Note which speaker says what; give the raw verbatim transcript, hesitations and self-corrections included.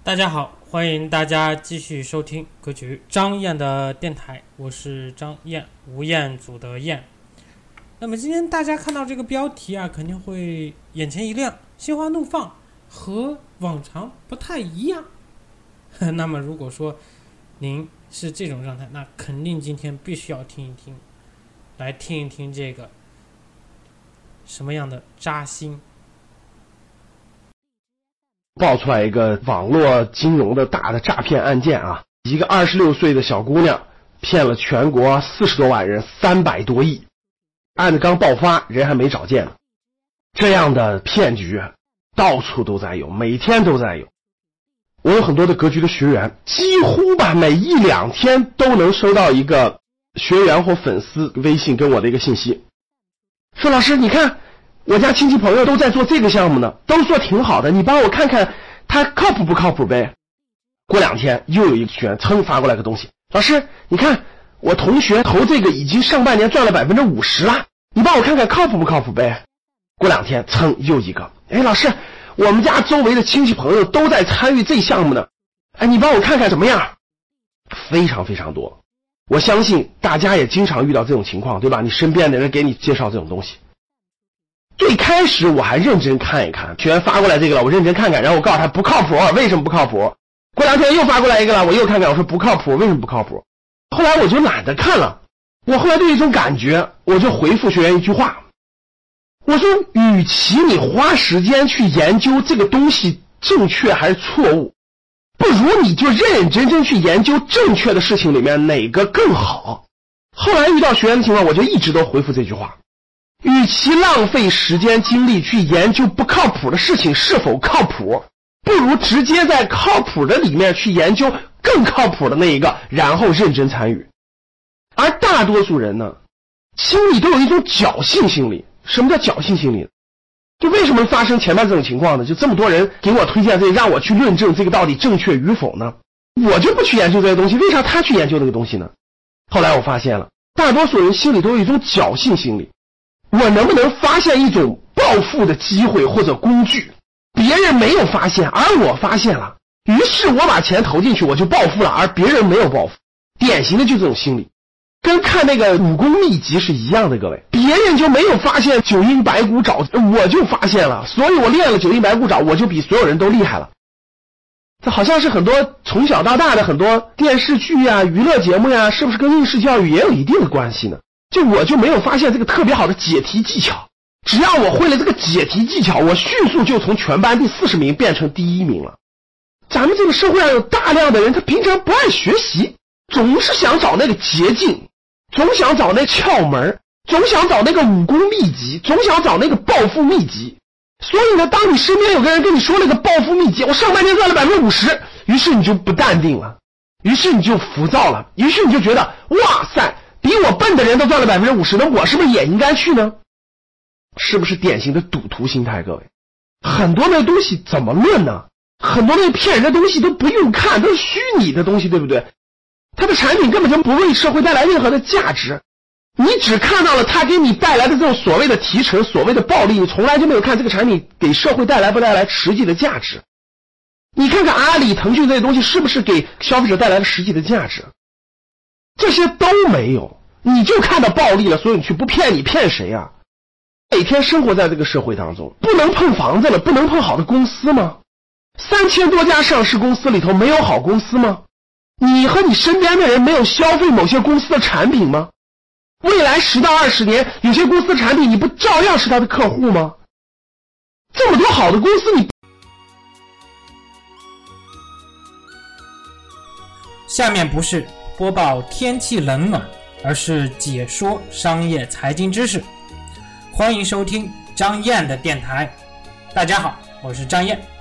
Speaker 1: 大家好，欢迎大家继续收听歌曲张燕的电台，我是张燕，吴彦祖的燕。那么今天大家看到这个标题啊，肯定会眼前一亮，心花怒放，和往常不太一样。那么如果说您是这种状态，那肯定今天必须要听一听，来听一听这个什么样的扎心。
Speaker 2: 爆出来一个网络金融的大的诈骗案件啊，一个二十六岁的小姑娘骗了全国四十多万人三百多亿，案子刚爆发，人还没找见呢。这样的骗局到处都在有，每天都在有。我有很多的格局的学员，几乎吧每一两天都能收到一个学员或粉丝微信跟我的一个信息，说老师你看我家亲戚朋友都在做这个项目呢，都说挺好的，你帮我看看他靠谱不靠谱呗。过两天又有一个学员噌发过来个东西，老师你看我同学投这个已经上半年赚了 百分之五十 了，你帮我看看靠谱不靠谱呗。过两天噌又一个，哎老师我们家周围的亲戚朋友都在参与这项目呢，哎你帮我看看怎么样。非常非常多，我相信大家也经常遇到这种情况，对吧？你身边的人给你介绍这种东西，最开始我还认真看一看，学员发过来这个了，我认真看看，然后我告诉他不靠谱，为什么不靠谱？过两天又发过来一个了，我又看看，我说不靠谱，为什么不靠谱？后来我就懒得看了，我后来对一种感觉，我就回复学员一句话，我说与其你花时间去研究这个东西正确还是错误，不如你就认认真真去研究正确的事情里面哪个更好。后来遇到学员的情况，我就一直都回复这句话，与其浪费时间精力去研究不靠谱的事情是否靠谱，不如直接在靠谱的里面去研究更靠谱的那一个，然后认真参与。而大多数人呢，心里都有一种侥幸心理。什么叫侥幸心理？就为什么发生前面这种情况呢？就这么多人给我推荐这个，让我去论证这个到底正确与否呢？我就不去研究这些东西，为啥他去研究这个东西呢？后来我发现了，大多数人心里都有一种侥幸心理，我能不能发现一种暴富的机会或者工具，别人没有发现，而我发现了，于是我把钱投进去，我就暴富了，而别人没有暴富。典型的就这种心理，跟看那个武功秘籍是一样的。各位，别人就没有发现九阴白骨爪，我就发现了，所以我练了九阴白骨爪，我就比所有人都厉害了。这好像是很多从小到大的很多电视剧啊、娱乐节目呀、啊，是不是跟应试教育也有一定的关系呢？就我就没有发现这个特别好的解题技巧，只要我会了这个解题技巧，我迅速就从全班第四十名变成第一名了。咱们这个社会上有大量的人，他平常不爱学习，总是想找那个捷径，总想找那窍门，总想找那个武功秘籍，总想找那个暴富秘籍。所以呢，当你身边有个人跟你说了个暴富秘籍，我上半年赚了 百分之五十， 于是你就不淡定了，于是你就浮躁了，于是你就觉得哇塞，比我笨的人都赚了 百分之五十， 那我是不是也应该去呢？是不是典型的赌徒心态？各位，很多那东西怎么论呢？很多那骗人的东西都不用看，都是虚拟的东西，对不对？它的产品根本就不为社会带来任何的价值，你只看到了它给你带来的这种所谓的提成，所谓的暴利，你从来就没有看这个产品给社会带来不带来实际的价值。你看看阿里、腾讯这些东西是不是给消费者带来了实际的价值？这些都没有，你就看到暴利了，所以你去不骗你骗谁啊？每天生活在这个社会当中，不能碰房子了，不能碰好的公司吗？三千多家上市公司里头没有好公司吗？你和你身边的人没有消费某些公司的产品吗？未来十到二十年，有些公司的产品你不照样是他的客户吗？这么多好的公司你。
Speaker 1: 下面不是播报天气冷暖，而是解说商业财经知识。欢迎收听张燕的电台。大家好，我是张燕。